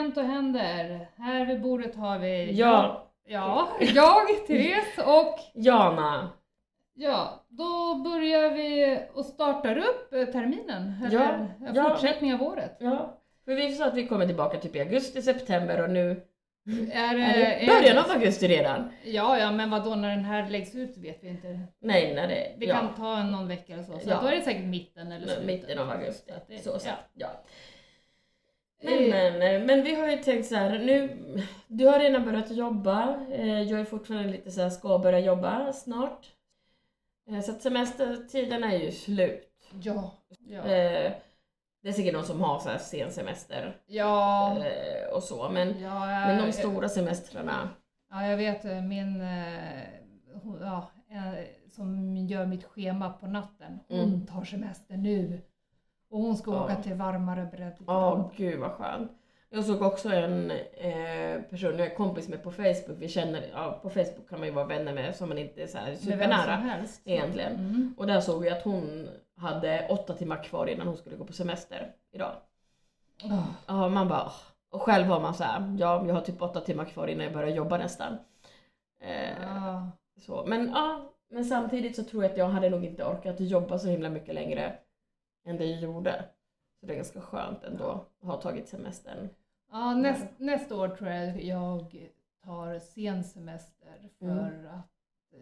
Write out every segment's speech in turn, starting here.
hänt och händer. Här vid bordet har vi Ja. jag, Therese och Jana. Ja, då börjar vi och startar upp terminen. Eller fortsättning av året. Ja, för vi sa att vi kommer tillbaka typ i augusti, september och nu är det början av augusti redan. Ja, men vadå, när den här läggs ut vet vi inte. Nej, när det... Det kan ta någon vecka eller så. Så då är det säkert mitten eller slutet. Mitten av augusti. Ja. Men Men vi har ju tänkt så här, nu, du har redan börjat jobba. Jag är fortfarande lite så här, ska börja jobba snart. Så att semestertiden är ju slut. Ja. Det är säkert någon som har så här sen semester. Ja. Och så, men de stora semestrarna. Ja, jag vet min som gör mitt schema på natten. Hon tar semester nu. Och hon ska åka till varmare bredd. Gud vad skönt. Jag såg också en person, jag är kompis med på Facebook. Vi känner, på Facebook kan man ju vara vänner med som man inte är så här supernära egentligen. Och där såg vi att hon hade 8 timmar kvar innan hon skulle gå på semester idag. Ja, man bara, och själv var man så här, jag har typ 8 timmar kvar innan jag börjar jobba nästan. Så, men samtidigt så tror jag att jag hade nog inte orkat jobba så himla mycket längre än det jag gjorde. Så det är ganska skönt ändå att ha tagit semestern. Ja, nästa år tror jag tar sen semester för att,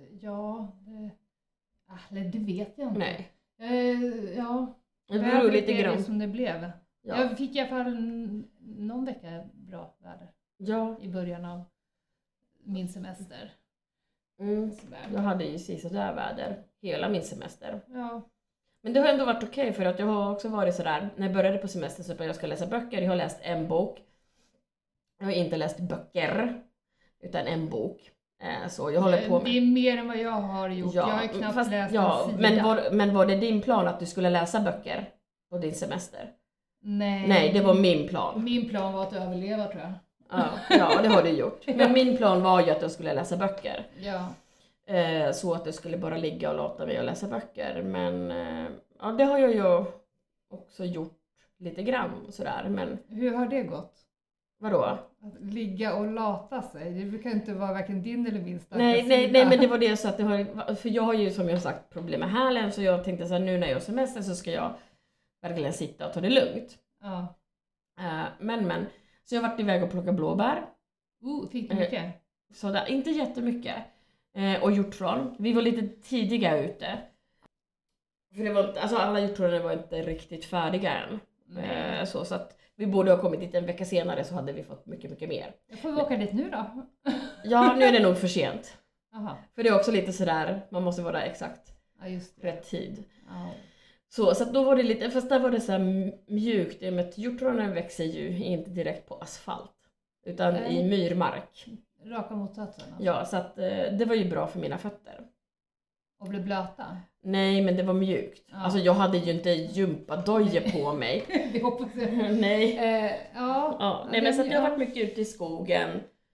det vet jag inte. Nej. Det beror lite grann som det blev. Ja. Jag fick i alla fall någon vecka bra väder. Ja. I början av min semester. Jag hade ju sådär väder hela min semester. Ja. Men det har ändå varit okej för att jag har också varit sådär, när jag började på semester så att jag ska läsa böcker. Jag har läst en bok. Jag har inte läst böcker utan en bok. Så jag håller på med... Det är mer än vad jag har gjort. Jag har knappt läst en sida. Men var det din plan att du skulle läsa böcker på din semester? Nej, det var min plan. Min plan var att överleva tror jag. Ja, det har du gjort. Men min plan var ju att jag skulle läsa böcker. Ja. Så att jag skulle bara ligga och låta mig och läsa böcker. Men det har jag ju också gjort lite grann sådär. Men... Hur har det gått? Vadå? Att ligga och lata sig. Det brukar inte vara varken din eller min starka Nej, men det var det så att det har... För jag har ju som jag sagt problem med hälen. Så jag tänkte så här, nu när jag har semester så ska jag verkligen sitta och ta det lugnt. Ja. Men. Så jag har varit iväg och plockat blåbär. Fick du mycket? Sådär, inte jättemycket. Och hjortron. Vi var lite tidiga ute. För det var, alltså alla hjortronen var inte riktigt färdiga än. Så att vi borde ha kommit dit en vecka senare så hade vi fått mycket, mycket mer. Jag får åka dit nu då? Ja, nu är det nog för sent. Aha. För det är också lite sådär, man måste vara exakt rätt tid. Så att då var det lite, fast där var det så här mjukt. I och med att hjortronen växer ju inte direkt på asfalt. Utan i myrmark. Raka motsatsen. Alltså. Ja, så att det var ju bra för mina fötter. Och blev blöta? Nej, men det var mjukt. Ja. Alltså jag hade ju inte gympadojor på mig. Det hoppas jag. Nej. Nej, men så att jag har varit mycket ute i skogen.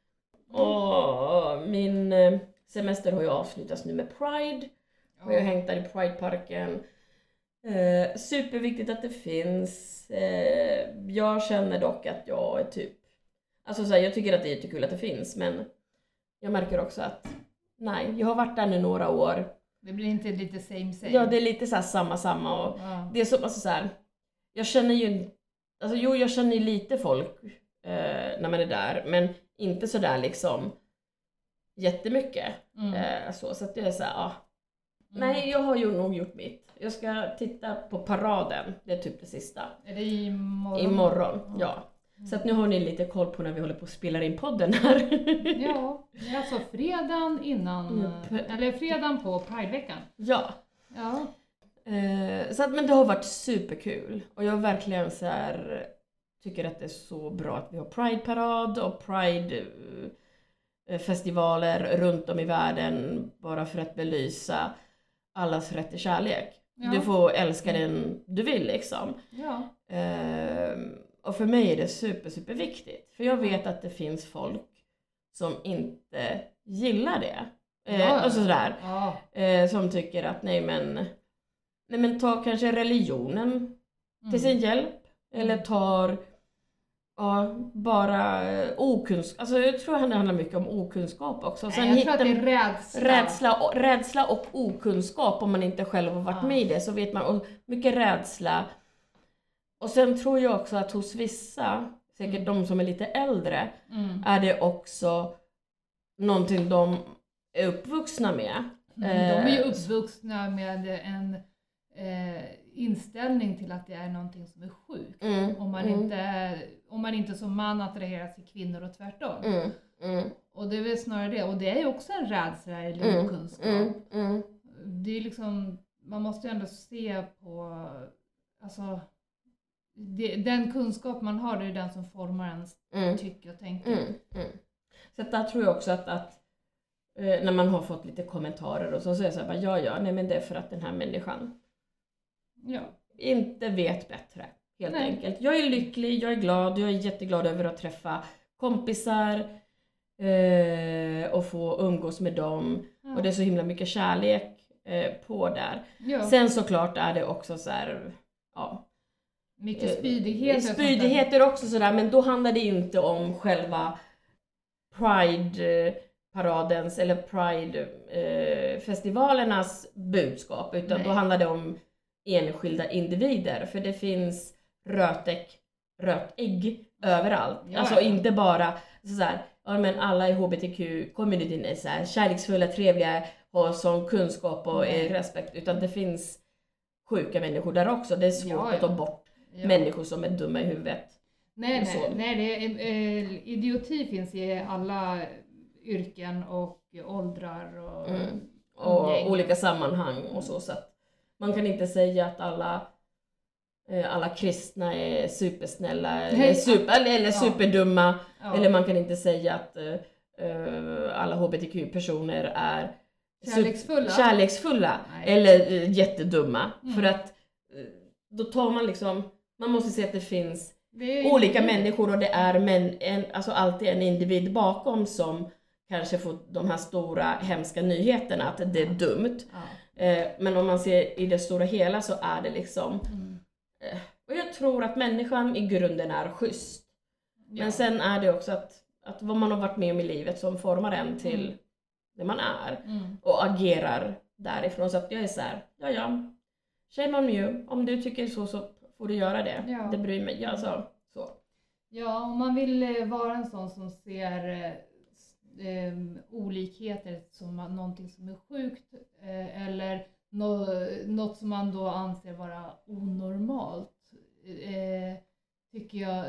Och min semester har ju avslutats nu med Pride. Och jag har hängt där i Prideparken. Superviktigt att det finns. Jag känner dock att jag är typ... Alltså så här, jag tycker att det är jättekul att det finns. Men jag märker också att... Nej, jag har varit där nu några år. Det blir inte lite same? Ja, det är lite så här samma. Och det är som, alltså så här... Jag känner ju... Alltså jag känner ju lite folk när man är där. Men inte så där liksom... Jättemycket. Så att det är så här... Nej, jag har ju nog gjort mitt. Jag ska titta på paraden. Det är typ det sista. Är det imorgon? Imorgon, ja. Så att nu har ni lite koll på när vi håller på att spela in podden här. Ja, det är alltså fredagen innan, eller fredagen på Prideveckan. Ja. Så att, men det har varit superkul. Och jag verkligen så här, tycker att det är så bra att vi har Pride-parad och Pride-festivaler runt om i världen. Bara för att belysa allas rätt till kärlek. Ja. Du får älska den du vill liksom. Ja. Och för mig är det super viktigt. För jag vet att det finns folk som inte gillar det. Och sådär. Som tycker att nej men ta kanske religionen till sin hjälp. Eller tar Ja, bara okunskap. Alltså jag tror att det handlar mycket om okunskap också. Sen jag tror att det är rädsla och okunskap om man inte själv har varit med i det. Så vet man, och mycket rädsla. Och sen tror jag också att hos vissa, säkert de som är lite äldre, är det också någonting de är uppvuxna med. De är ju uppvuxna med en inställning till att det är någonting som är sjukt. Om man inte som man attraheras till kvinnor och tvärtom. Och det är väl snarare det. Och det är ju också en rädsla eller okunskap. Det är liksom, man måste ju ändå se på, alltså, den kunskap man har, det är den som formar ens tycke och tänker. Så där tror jag också att när man har fått lite kommentarer och så är det så här, nej men det är för att den här människan inte vet bättre, helt enkelt. Jag är lycklig, jag är glad, jag är jätteglad över att träffa kompisar och få umgås med dem. Och det är så himla mycket kärlek på där. Sen såklart är det också så här, mycket spydigheter. Spydigheter också sådär, men då handlar det inte om själva Pride-paradens eller Pride-festivalernas budskap, utan då handlar det om enskilda individer. För det finns rötägg överallt. Alltså inte bara såhär, men alla i HBTQ-communityn är såhär kärleksfulla, trevliga, har sån kunskap och respekt, utan det finns sjuka människor där också. Det är svårt att ta bort människor som är dumma i huvudet. Nej, idioti finns i alla yrken och åldrar och olika sammanhang och så att man kan inte säga att alla kristna är supersnälla eller superdumma, eller man kan inte säga att alla HBTQ-personer är kärleksfulla eller jättedumma, för att då tar man liksom, man måste se att det finns olika människor, och det är alltså alltid en individ bakom som kanske får de här stora hemska nyheterna att det är dumt. Men om man ser i det stora hela så är det liksom och jag tror att människan i grunden är schysst. Men sen är det också att vad man har varit med om i livet som formar en till det man är och agerar därifrån. Så att jag är så här, shame on you, om du tycker så får du göra det. Det bryr mig, så. Ja, om man vill vara en sån som ser olikheter som någonting som är sjukt eller något som man då anser vara onormalt, tycker jag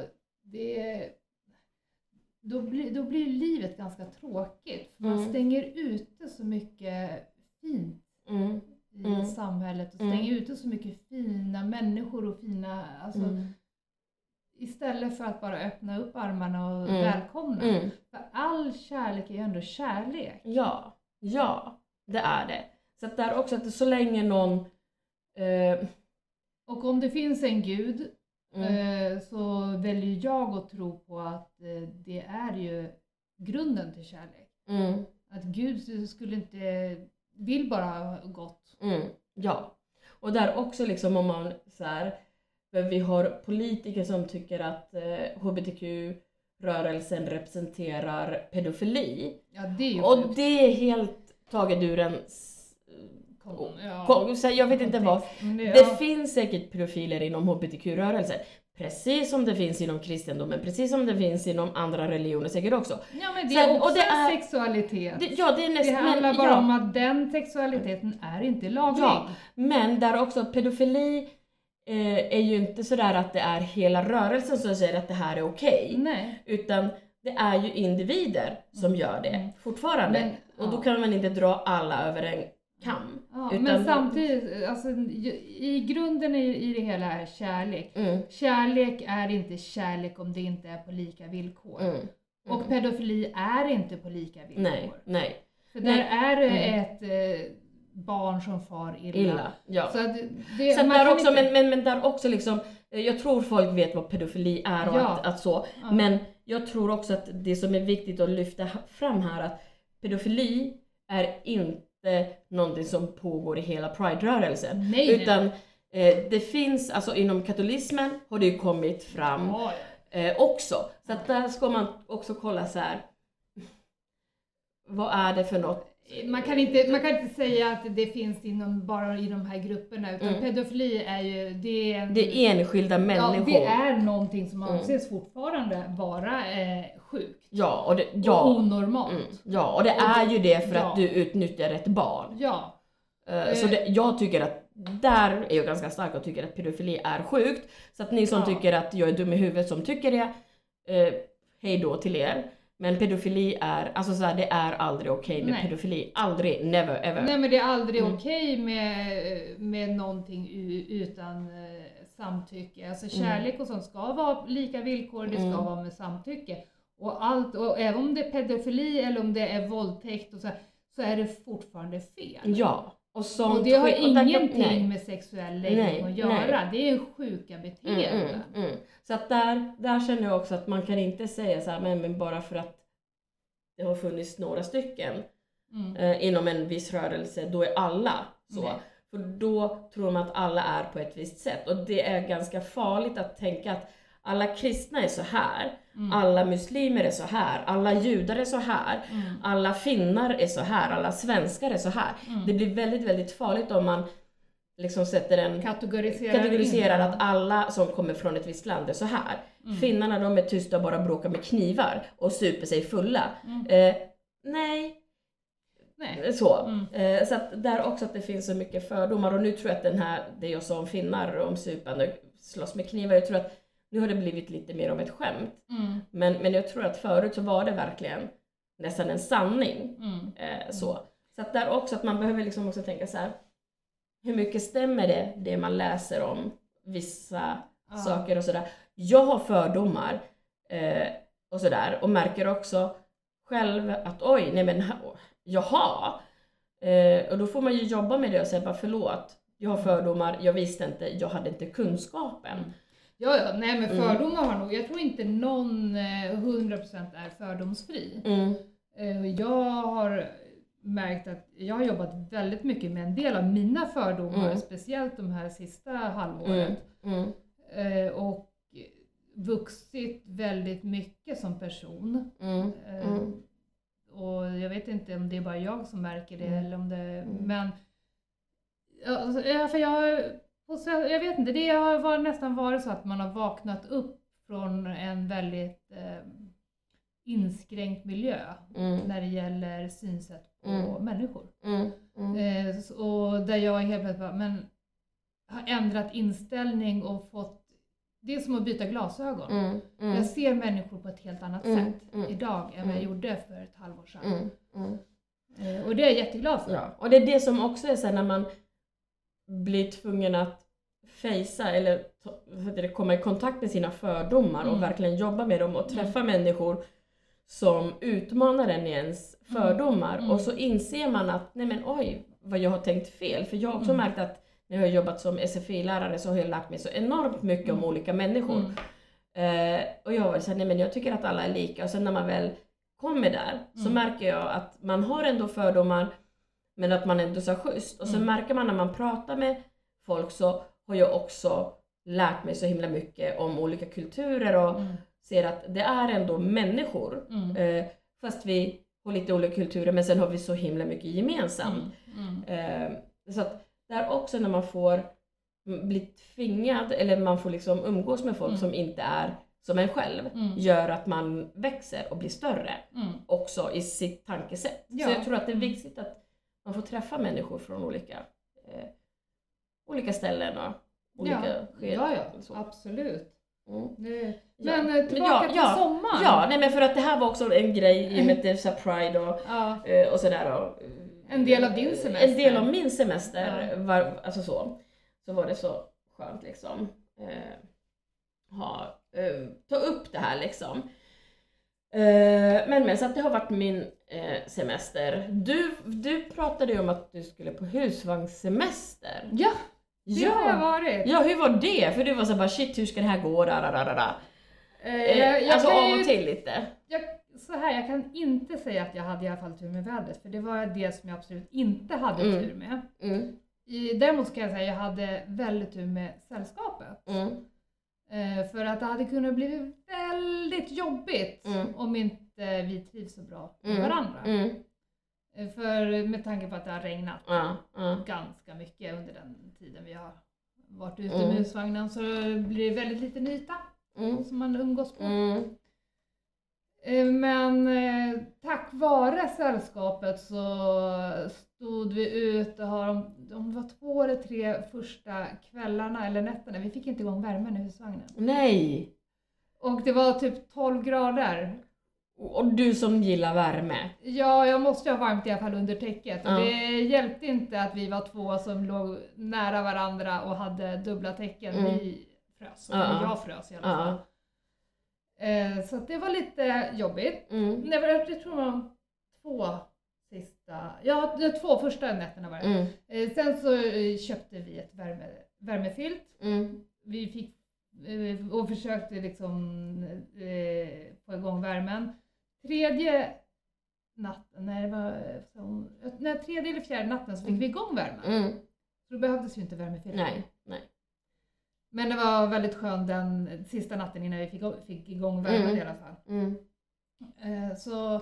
då blir livet ganska tråkigt, för man stänger ute så mycket fint i samhället och stänger ute så mycket fina människor och fina, alltså istället för att bara öppna upp armarna och välkomna. För all kärlek är ju ändå kärlek. Ja, det är det. Så att där också, att det så länge någon... Och om det finns en gud så väljer jag att tro på att det är ju grunden till kärlek. Att Gud skulle inte vill bara gott. Ja, och där också liksom om man så här, för vi har politiker som tycker att HBTQ-rörelsen representerar pedofili. Ja, det är ju och det är helt taget ur en... jag vet inte vad. Det finns säkert pedofiler inom HBTQ-rörelsen. Precis som det finns inom kristendomen, precis som det finns inom andra religioner säkert också. Ja, men det är också sexualitet. Det handlar bara om att den sexualiteten är inte laglig. Ja, men där också pedofili är ju inte sådär att det är hela rörelsen som säger att det här är okej. Nej. Utan det är ju individer som gör det fortfarande. Och då kan man inte dra alla över en kam. Ja, men samtidigt, alltså, i grunden i det hela är kärlek. Kärlek är inte kärlek om det inte är på lika villkor. Och pedofili är inte på lika villkor. Nej. För där är ett barn som far illa. Ja. Så att så där också, men där också liksom, jag tror folk vet vad pedofili är och att så. Men jag tror också att det som är viktigt att lyfta fram här, att pedofili är inte någonting som pågår i hela Pride-rörelsen. Nej. Utan det finns, alltså inom katolismen har det ju kommit fram också. Så att där ska man också kolla så här. Vad är det för något? Man kan inte säga att det finns bara i de här grupperna, utan pedofili är ju... Det är enskilda människor. Ja, det är någonting som anses fortfarande vara sjukt. Ja, och onormalt. Ja, och det är ju det för att du utnyttjar ett barn. Ja. Så jag tycker att där är jag ganska stark och tycker att pedofili är sjukt. Så att ni som tycker att jag är dum i huvudet som tycker det, hej då till er. Men pedofili är, alltså så här, det är aldrig okej med pedofili. Aldrig, never, ever. Nej, men det är aldrig okej med någonting utan samtycke. Alltså kärlek och sånt ska vara lika villkor, det ska vara med samtycke. Och även om det är pedofili eller om det är våldtäkt och så är det fortfarande fel. Ja. Och det har ingenting med sexuell läggning att göra. Nej. Det är sjuka beteenden. Så att där känner jag också att man kan inte säga så här, men bara för att det har funnits några stycken inom en viss rörelse, då är alla så. Nej. För då tror man att alla är på ett visst sätt. Och det är ganska farligt att tänka att alla kristna är så här, alla muslimer är så här, alla judar är så här, alla finnar är så här, alla svenskar är så här. Det blir väldigt, väldigt farligt om man liksom sätter en kategoriserar att alla som kommer från ett visst land är så här. Finnarna, de är tysta och bara bråkar med knivar och super sig fulla. Nej. Så. Så att där också att det finns så mycket fördomar. Och nu tror jag att det jag sa om finnar om supande slåss med knivar, jag tror att nu har det blivit lite mer om ett skämt. Men jag tror att förut så var det verkligen nästan en sanning. Så att där också att man behöver liksom också tänka så här. Hur mycket stämmer det man läser om vissa saker och sådär. Jag har fördomar och sådär. Och märker också själv att jaha. Och då får man ju jobba med det och säga bara förlåt. Jag har fördomar, jag visste inte, jag hade inte kunskapen. Nej men fördomar har nog, jag tror inte någon 100% är fördomsfri. Jag har märkt att jag har jobbat väldigt mycket med en del av mina fördomar, speciellt de här sista halvåret. Och vuxit väldigt mycket som person. Och jag vet inte om det är bara jag som märker det eller om det, men för jag vet inte, det har nästan varit så att man har vaknat upp från en väldigt inskränkt miljö när det gäller synsätt på människor. Och där jag helt plötsligt har ändrat inställning och fått, det är som att byta glasögon. Jag ser människor på ett helt annat sätt idag än vad jag gjorde för ett halvår sedan. Och det är jag jätteglad för. Ja. Och det är det som också är så här, när man blir tvungen att fejsa eller komma i kontakt med sina fördomar och verkligen jobba med dem och träffa människor som utmanar en i ens fördomar. Och så inser man att nej men oj, vad jag har tänkt fel. För jag har också märkt att när jag har jobbat som SFI-lärare så har jag lärt mig så enormt mycket om olika människor. Och jag var så här, nej men jag tycker att alla är lika. Och sen när man väl kommer där så märker jag att man har ändå fördomar men att man ändå är så schysst. Och så märker man när man pratar med folk så har jag också lärt mig så himla mycket om olika kulturer och ser att det är ändå människor. Fast vi har lite olika kulturer men sen har vi så himla mycket gemensamt. Så att där också när man får bli tvingad eller man får liksom umgås med folk som inte är som en själv gör att man växer och blir större också i sitt tankesätt. Så jag tror att det är viktigt att man får träffa människor från olika ställen och olika skeden. Ja, absolut. Men tillbaka till sommaren. Ja, nej men för att det här var också en grej i och med det så Pride och sådär. En del av din semester. En del av min semester var alltså så var det så skönt liksom ta upp det här liksom. Men så att det har varit min semester. Du pratade ju om att du skulle på husvagnssemester. Ja, det har jag varit. Ja, hur var det? För du var så bara shit, hur ska det här gå? Alltså av och till lite. Jag kan inte säga att jag hade i alla fall tur med vädret. För det var det som jag absolut inte hade tur med. Däremot ska jag säga att jag hade väldigt tur med sällskapet. För att det hade kunnat bli väldigt jobbigt om inte vi trivs så bra med varandra. För med tanke på att det har regnat ganska mycket under den tiden vi har varit ute med husvagnen, så blir det väldigt liten yta som man umgås på. Men tack vare sällskapet så stod vi ute om det var 2 eller 3 första kvällarna eller nätterna. Vi fick inte igång värmen i husvagnen. Nej! Och det var typ 12 grader. Och du som gillar värme. Ja, jag måste ha varmt i alla fall under täcket. Och det hjälpte inte att vi var 2 som låg nära varandra och hade dubbla täcken. Vi frös. Jag frös i alla fall. Så det var lite jobbigt. Jag tror det var 2 första nätterna var det. Sen så köpte vi ett värmefilt. Vi fick och försökte liksom få igång värmen. Tredje eller fjärde natten så fick vi igång värmen. Så då behövdes ju inte värmefilt. Nej. Men det var väldigt skönt den sista natten innan vi fick igång värmen i alla fall. Så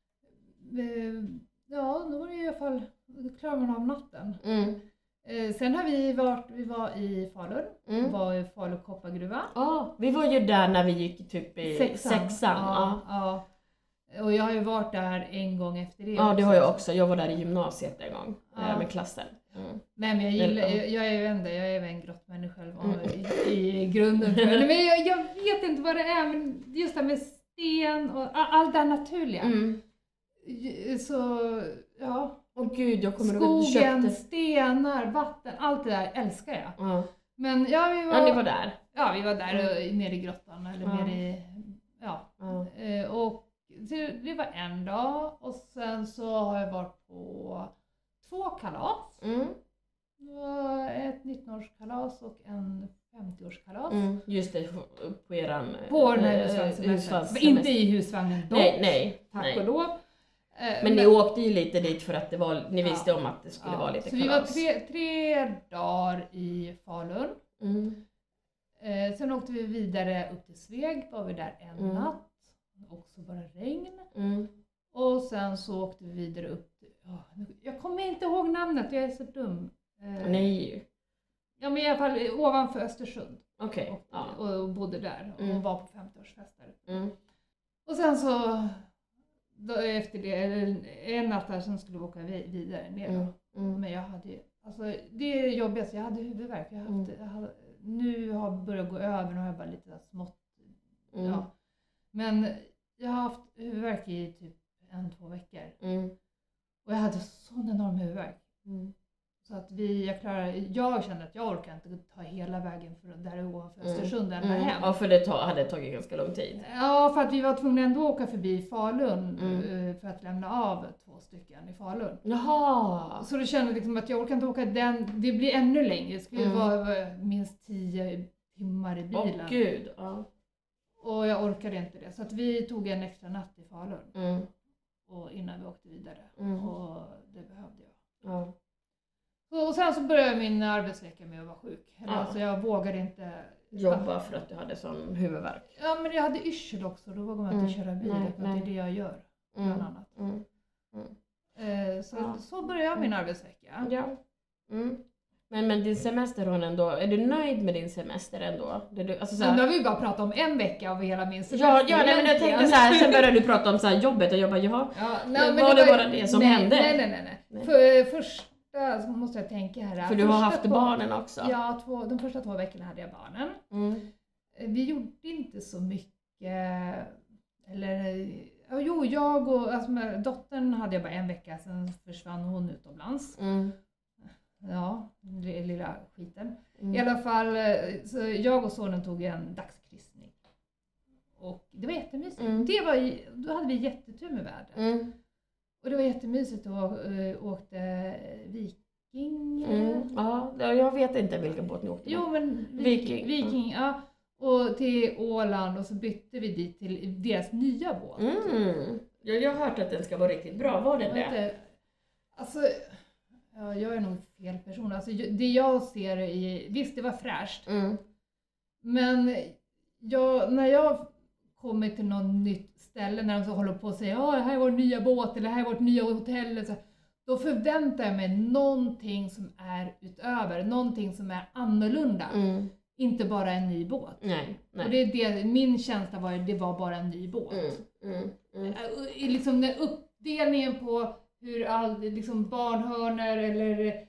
då var det i alla fall, klarar man av natten. Sen har vi var i Falun, var i Falu koppargruva. Vi var ju där när vi gick typ i sexan. Ja. Och jag har ju varit där en gång efter det. Ja, det har jag också. Jag var där i gymnasiet en gång med klassen. Nej, men jag är en grottmänniska i grunden. Men jag vet inte vad det är, men just det här med sten och allt det här naturliga. Så, ja. Gud, jag kommer skogen, stenar, vatten, allt det där älskar jag. Men ni var där? Ja, vi var där nere i grottan. Eller nere i, och det var en dag. Och sen så har jag varit på 2 kalas. Det var ett 19-årskalas och en 50-årskalas. Just det, på eran... På den här husvagnssemestern. Inte i husvagnen dock. Nej. Tack och lov. Men ni åkte ju lite dit för att ni visste om att det skulle vara lite så kalas. Så vi var 3 dagar i Falun. Sen åkte vi vidare upp till Sveg, var vi där en natt. Också bara regn. Och sen så åkte vi vidare upp. Jag kommer inte ihåg namnet, jag är så dum. Nej. Ja, men i alla fall ovanför Östersund. Okej. Och bodde där och var på 50-årsfester. Och sen så efter det, en natt där, sen skulle vi åka vidare ner då. Men jag hade det jobbigaste, jag hade huvudvärk. Nu har det börjat gå över, nu har jag bara lite smått. Men jag har haft huvudvärk i typ 1-2 veckor. Och jag hade sån enorm huvudvärk. Så att jag kände att jag orkar inte ta hela vägen från där ovanför Östersund ända hem. Ja, för det hade tagit ganska lång tid. Ja, för att vi var tvungna ändå åka förbi Falun för att lämna av 2 stycken i Falun. Jaha! Så det kände liksom att jag orkar inte åka det blir ännu längre. Det skulle vara minst 10 timmar i bilen. Åh gud! Ja. Och jag orkade inte det. Så att vi tog en extra natt i Falun. Och innan vi åkte vidare. Och det behövde jag. Ja. Och sen så började min arbetsvecka med att vara sjuk. Alltså jag vågade inte jobba för att du hade sån huvudvärk. Ja, men jag hade yrsel också. Då vågade man inte köra bil. För att det är det jag gör. Bland annat. Så började jag min arbetsvecka. Ja. Men din semester hon ändå, är du nöjd med din semester ändå? Alltså nu har vi bara pratat om en vecka av hela min semester. Nej, men jag tänkte så här, sen började du prata om så här jobbet och jag bara, var det bara det som hände? Nej. För första så måste jag tänka här. För du har haft barnen också? Ja, de första 2 veckorna hade jag barnen. Vi gjorde inte så mycket, jag och med dottern hade jag bara 1 vecka, sen försvann hon utomlands. Ja, lilla skiten. I alla fall, så jag och sonen tog en dagskryssning. Och det var jättemysigt. Då hade vi jättetur med vädret. Och det var jättemysigt och åkte Viking. Ja, jag vet inte vilken båt ni åkte med. Jo, men Viking, ja. Och till Åland, och så bytte vi dit till deras nya båt. Jag har hört att den ska vara riktigt bra. Var den det? Alltså... Ja, jag är nog fel person. Alltså, det jag ser visst det var fräscht. Men när jag kommer till något nytt ställe, när de så håller på att säga ja, här är vår nya båt eller här är vårt nya hotell, så, då förväntar jag mig någonting som är utöver, någonting som är annorlunda. Inte bara en ny båt. Nej. Och min känsla var att det var bara en ny båt. Liksom den uppdelningen på hur all liksom barnhörnor eller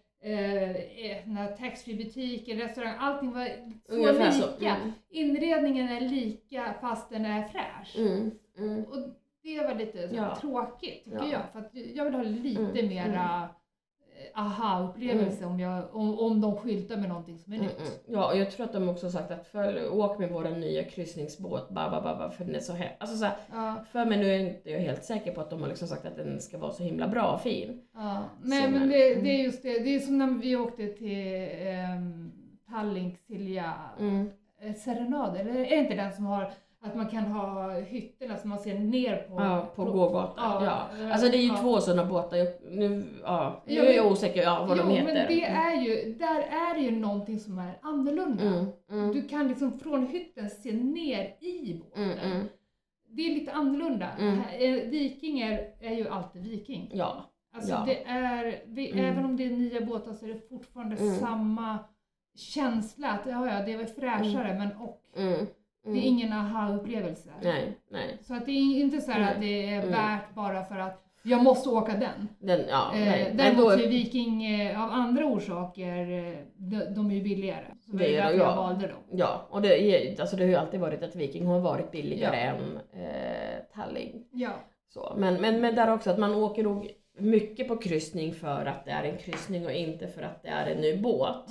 taxfree-butiker, restaurang, allting var så lika. Så. Inredningen är lika fast den är fräsch. Och det var lite tråkigt tycker jag. För att jag vill ha lite mera aha-upplevelse om de skyltar med någonting som är nytt. Ja, och jag tror att de också sagt att åk med våra nya kryssningsbåt, för den är så alltså så här, för mig nu är inte jag helt säker på att de har liksom sagt att den ska vara så himla bra och fin. Ja, nej men det är just det. Det är som när vi åkte till Tallink, Silja, Serenade, eller är det inte den som har att man kan ha hytterna som man ser ner på gågatan. Ja. Alltså det är ju 2 sådana båtar. Nu är jag osäker vad de heter. Men det är ju, där är det ju någonting som är annorlunda. Du kan liksom från hytten se ner i båten. Det är lite annorlunda. Vikingar är ju alltid viking. Ja. Alltså det är, även om det är nya båtar så är det fortfarande samma känsla. Att det var fräschare men det är ingen aha-upplevelse. Nej. Så att det är inte så här att det är värt bara för att jag måste åka den. Däremot är Viking av andra orsaker, de är ju billigare. Så det är därför jag valde dem. Ja, och det har ju alltid varit att Viking har varit billigare än Tallink. Ja. Så, men där också att man åker nog mycket på kryssning för att det är en kryssning och inte för att det är en ny båt.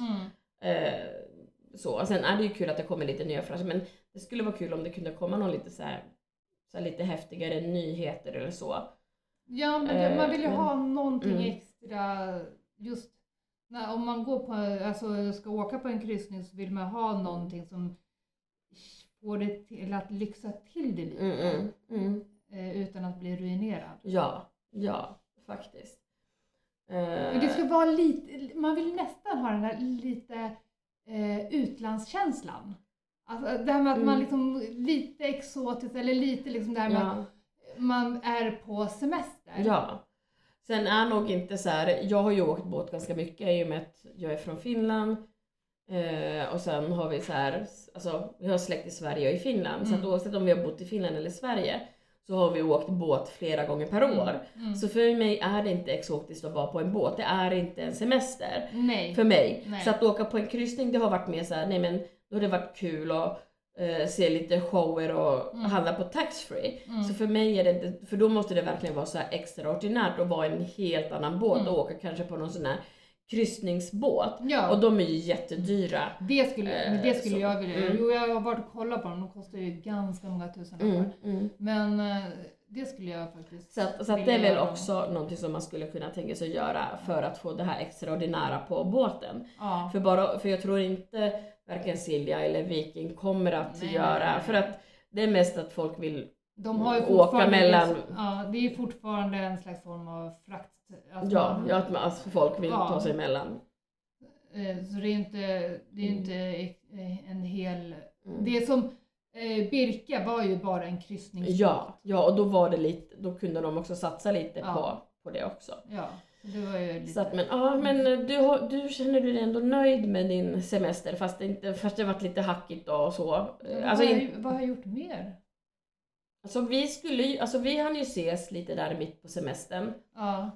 Så. Sen är det ju kul att det kommer lite nya fräscha, men det skulle vara kul om det kunde komma någon lite så här lite häftigare nyheter eller så. Ja, men man vill ju ha någonting extra just om man går på, alltså ska åka på en kryssning så vill man ha någonting som får det till att lyxa till det lite utan att bli ruinerad. Ja, faktiskt. Men det ska vara lite, man vill nästan ha den där lite utlandskänslan. Alltså det här med att man liksom lite exotiskt eller lite liksom det här med att man är på semester. Ja. Sen är nog inte så här, jag har ju åkt båt ganska mycket i och med att jag är från Finland. Och sen har vi så här, alltså vi har släkt i Sverige och i Finland. Så att oavsett om vi har bott i Finland eller Sverige så har vi åkt båt flera gånger per år. Så för mig är det inte exotiskt att vara på en båt. Det är inte en semester för mig. Så att åka på en kryssning, det har varit mer så här, nej men då har det varit kul att se lite shower och handla på taxfree. Så för mig är det inte, för då måste det verkligen vara så här extraordinärt att vara en helt annan båt och åka kanske på någon sån här kryssningsbåt. Ja. Och de är ju jättedyra. Det skulle jag vilja. Jo, jag har varit och kollat på dem. De kostar ju ganska många tusen. Men det skulle jag faktiskt så att det är väl också någonting som man skulle kunna tänka sig att göra för att få det här extraordinära på båten. Ja. För jag tror inte varken Silja eller Viking kommer att göra. För att det är mest att folk vill åka mellan. Ja, det är fortfarande en slags form av frakt. Att folk vill ta sig emellan. Så det är inte en hel. Det som Birka var ju bara en kryssningsbåt. Ja, och då var det lite, då kunde de också satsa lite på det också. Ja, det var ju lite. Så att, men du känner dig ändå nöjd med din semester fast det varit lite hackigt och så. Vad har jag gjort mer? Alltså vi hann ju ses lite där mitt på semestern. Ja.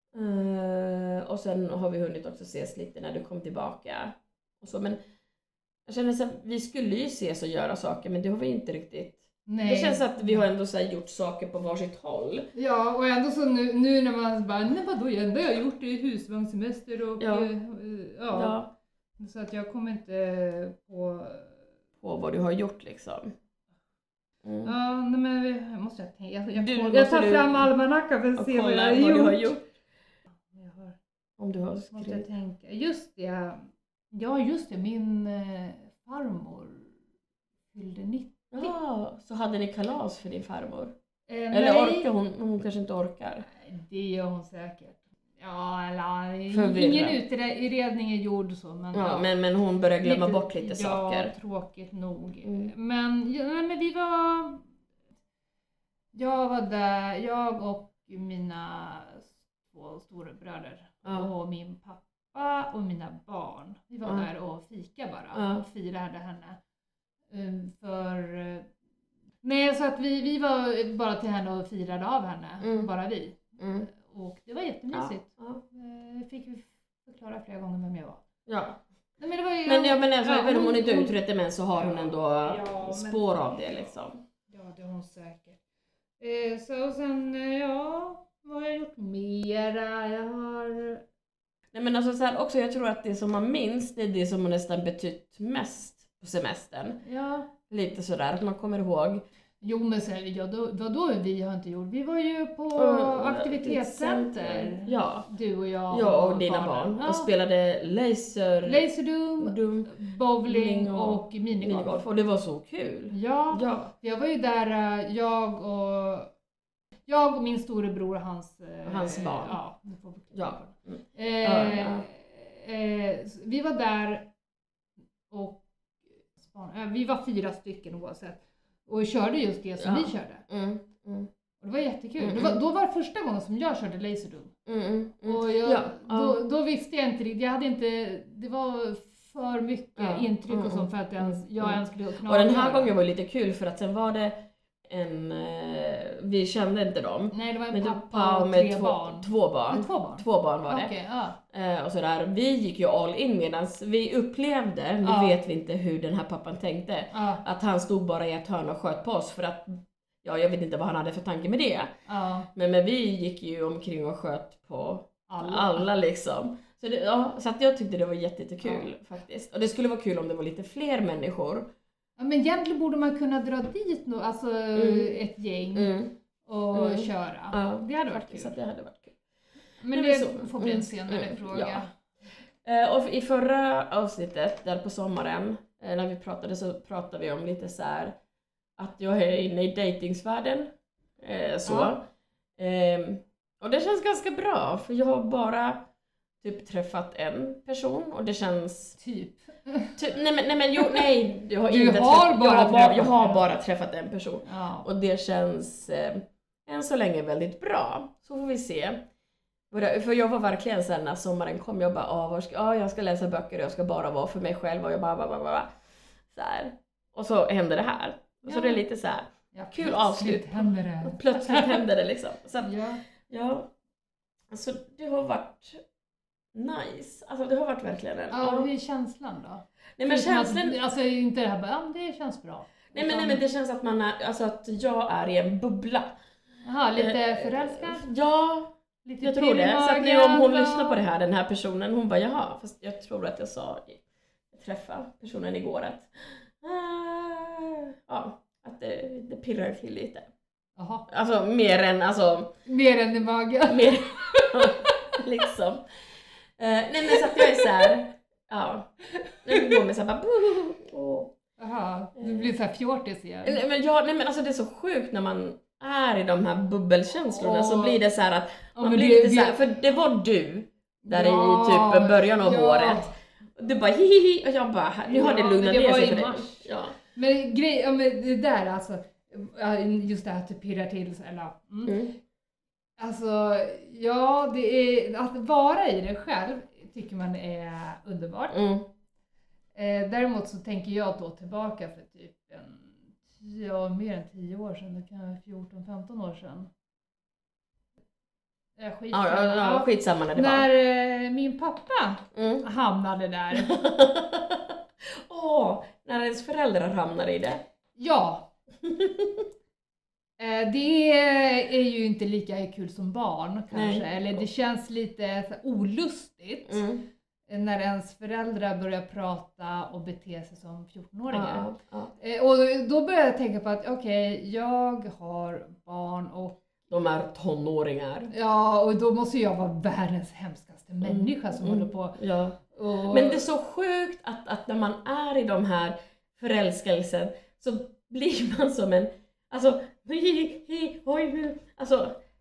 Och sen har vi hunnit också ses lite när du kom tillbaka. Och så, men jag känner så att vi skulle ju ses och göra saker, men det har vi inte riktigt. Nej. Det känns att vi har ändå så här gjort saker på varsitt håll. Ja, och ändå så nu när man bara, nej vadå, jag har gjort det i husvagnssemester och ja. Så att jag kommer inte på vad du har gjort liksom. Ja, nej, men jag tänka. Jag tar fram almanackan för att se vad jag har gjort. Om du har skrivit. Måste jag tänka. Just det. Ja, just det. Min farmor fyllde 90. Ja, så hade ni kalas för din farmor? Eller orkar hon kanske inte orkar? Det gör hon säkert. Ja, eller ingen utredning är gjord så. Men, ja, men hon börjar glömma bort lite saker. Ja, tråkigt nog. Men vi var... Jag var där, jag och mina 2 storebröder och min pappa och mina barn. Vi var där och fika bara och firade henne. Nej, så att vi var bara till henne och firade av henne, bara vi. Och det var jättemysigt. Fick vi förklara flera gånger vem jag var. Ja. Nej, men det var ju, även om hon inte utrett det, men så har hon ändå spår av det liksom. Ja, det har hon säkert. Så och sen, vad har jag gjort mera? Nej, men alltså så här, också jag tror att det som man minns, det är det som har nästan betytt mest på semestern. Ja. Lite sådär, att man kommer ihåg. Jo, men sen, vadå vi har inte gjort? Vi var ju på aktivitetscenter. Ja. Du och jag. Jag och dina barn. Och spelade laserdum, bowling och minigolf. Och det var så kul. Ja. Jag var ju där, jag och min storebror och hans barn. Vi var där och vi var 4 stycken oavsett. Och körde just det som vi körde. Och det var jättekul. Då var det första gången som jag körde laserdum. Och då visste jag inte riktigt. Det var för mycket intryck och sånt för att jag ens skulle kunna. Och den här gången var lite kul för att sen var det vi kände inte dem. Nej, det var en pappa och 3 barn. 2 barn. 2 barn var det. Okay, och sådär. Vi gick ju all in medan vi upplevde, nu vet vi inte hur den här pappan tänkte, att han stod bara i ett hörn och sköt på oss för att, jag vet inte vad han hade för tanke med det. Men vi gick ju omkring och sköt på alla liksom. Så att jag tyckte det var jättekul faktiskt. Och det skulle vara kul om det var lite fler människor. Ja, men egentligen borde man kunna dra dit ett gäng och köra. Det hade varit kul. Så det hade varit kul. Men det får bli en senare fråga. Och i förra avsnittet, där på sommaren, när vi pratade så pratade vi om lite så här att jag är inne i dejtingsvärlden. Och det känns ganska bra, för jag har bara träffat en person och det känns... Jag har bara träffat en person. Och det känns än så länge väldigt bra. Så får vi se. För jag var verkligen sen när sommaren kom, jag bara, jag ska läsa böcker och jag ska bara vara för mig själv och jag bara så här. Och så händer det här. Och så det är lite så här kul avslut. Plötsligt händer det liksom. Så att, alltså det har varit nice. Alltså det har varit verkligen hur är känslan då? Nej, men känslan... Alltså inte det här bara, det känns bra. Nej, men det känns att att jag är i en bubbla. Jaha, lite förälskad? Ja, lite jag tror det. Så att nu om hon lyssnar på det här, den här personen, hon bara, jaha, fast jag tror att jag träffade personen igår att det pirrar till lite. Jaha. Alltså mer än i magen. Liksom. Nej, men så att jag är så här, nu går med så här Jaha, du blir så här fjortis igen. Nej men alltså det är så sjukt när man är i de här bubbelkänslorna så blir det så här att man blir lite så här, för det var du där i typ början av året. Du bara hihihi och jag bara, nu har det lugnat ner sig för dig. Men det där alltså, just det här att det pirrar till så, eller alltså, det är att vara i det själv tycker man är underbart. Däremot så tänker jag då tillbaka för typ mer än 10 år sedan, det kan vara 14-15 år sedan. Skitsamma när det när min pappa hamnade där. När ens föräldrar hamnar i det. Ja. Det är ju inte lika kul som barn kanske. Nej. Eller det känns lite så olustigt. När ens föräldrar börjar prata och bete sig som 14-åringar. Och då börjar jag tänka på att jag har barn och de är tonåringar. Ja, och då måste jag vara världens hemskaste människa som håller på. Ja. Men det är så sjukt att när man är i de här förälskelsen så blir man som en... Alltså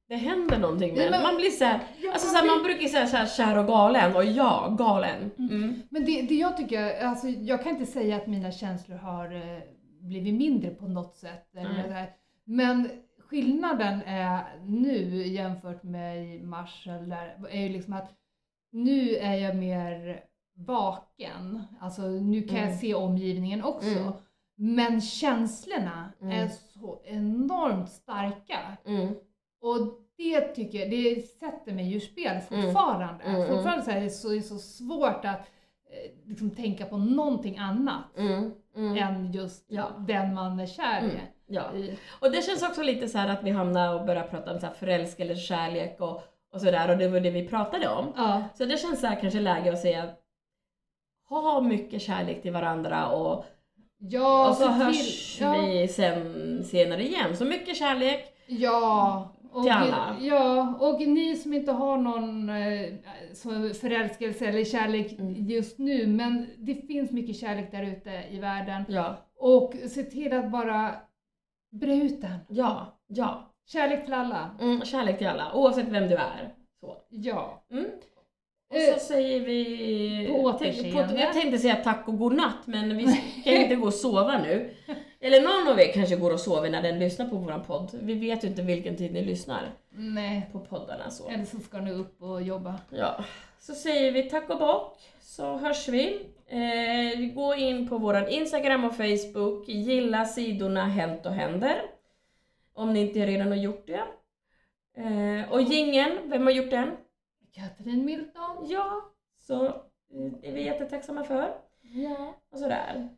det händer någonting med man blir så här, alltså så här, man brukar säga så här kär och galen och galen. Men det jag tycker, alltså jag kan inte säga att mina känslor har blivit mindre på något sätt eller men skillnaden är nu jämfört med i mars eller är ju liksom att nu är jag mer vaken, alltså nu kan jag se omgivningen också. Men känslorna är så enormt starka. Och det tycker jag, det sätter mig ur spel fortfarande. Fortfarande så är det så svårt att liksom tänka på någonting annat än just den man är kär i. Ja. Och det känns också lite så här att vi hamnar och börjar prata om så här förälskelse, kärlek och sådär. Och det var det vi pratade om. Så det känns så här kanske läge att säga ha mycket kärlek till varandra och så hörs vi sen senare igen. Så mycket kärlek till alla. Ja, och ni som inte har någon förälskelse eller kärlek just nu, men det finns mycket kärlek där ute i världen. Och se till att bara bre ut den. Ja. Kärlek till alla. Kärlek till alla, oavsett vem du är. Så. Ja. Och så säger vi jag tänkte säga tack och godnatt, men vi ska inte gå och sova nu. Eller någon av er kanske går och sover när den lyssnar på våran podd. Vi vet ju inte vilken tid ni lyssnar på poddarna. Så. Eller så ska ni upp och jobba. Ja, så säger vi tack och bock, så hörs vi. Gå in på våran Instagram och Facebook. Gilla sidorna Hänt och Händer. Om ni inte redan har gjort det. Och jingeln, vem har gjort den? Katrin Milton. Ja, så är vi jättetacksamma för. Ja. Och sådär.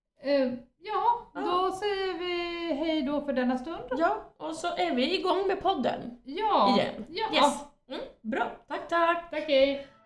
Då säger vi hej då för denna stund. Ja, och så är vi igång med podden. Ja. Igen. Ja. Yes. Bra, tack. Tack.